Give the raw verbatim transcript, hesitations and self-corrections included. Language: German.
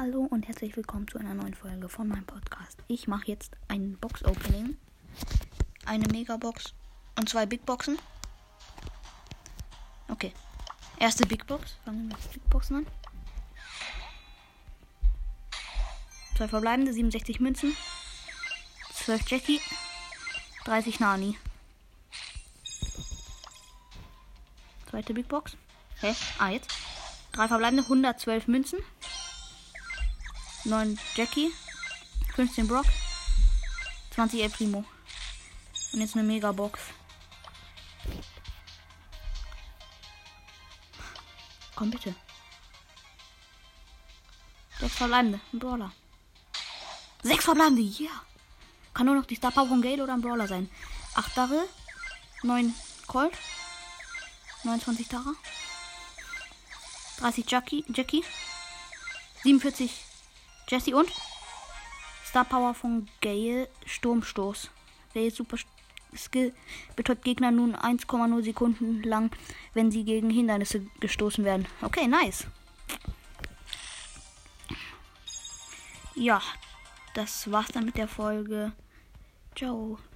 Hallo und herzlich willkommen zu einer neuen Folge von meinem Podcast. Ich mache jetzt ein Box-Opening. Eine Megabox und zwei Big Boxen. Okay. Erste Big Box. Fangen wir mit Big Boxen an. Zwei verbleibende, siebenundsechzig Münzen. zwölf Jackie. dreißig Nani. Zweite Big Box. Hä? Ah, jetzt. Drei verbleibende, hundertzwölf Münzen. neun Jackie. fünfzehn Brock. zwanzig El Primo. Und jetzt eine Megabox. Komm bitte. Sechs verbleibende. Ein Brawler. Sechs verbleibende, ja. Yeah. Kann nur noch die Star Power von Gale oder ein Brawler sein. acht Darrell. neun Colt. neunundzwanzig Tara. dreißig Jackie. Jackie. siebenundvierzig Jessie und Star Power von Gale. Sturmstoß. Gale Super Skill betäubt Gegner nun eins Komma null Sekunden lang, wenn sie gegen Hindernisse gestoßen werden. Okay, nice. Ja, das war's dann mit der Folge. Ciao.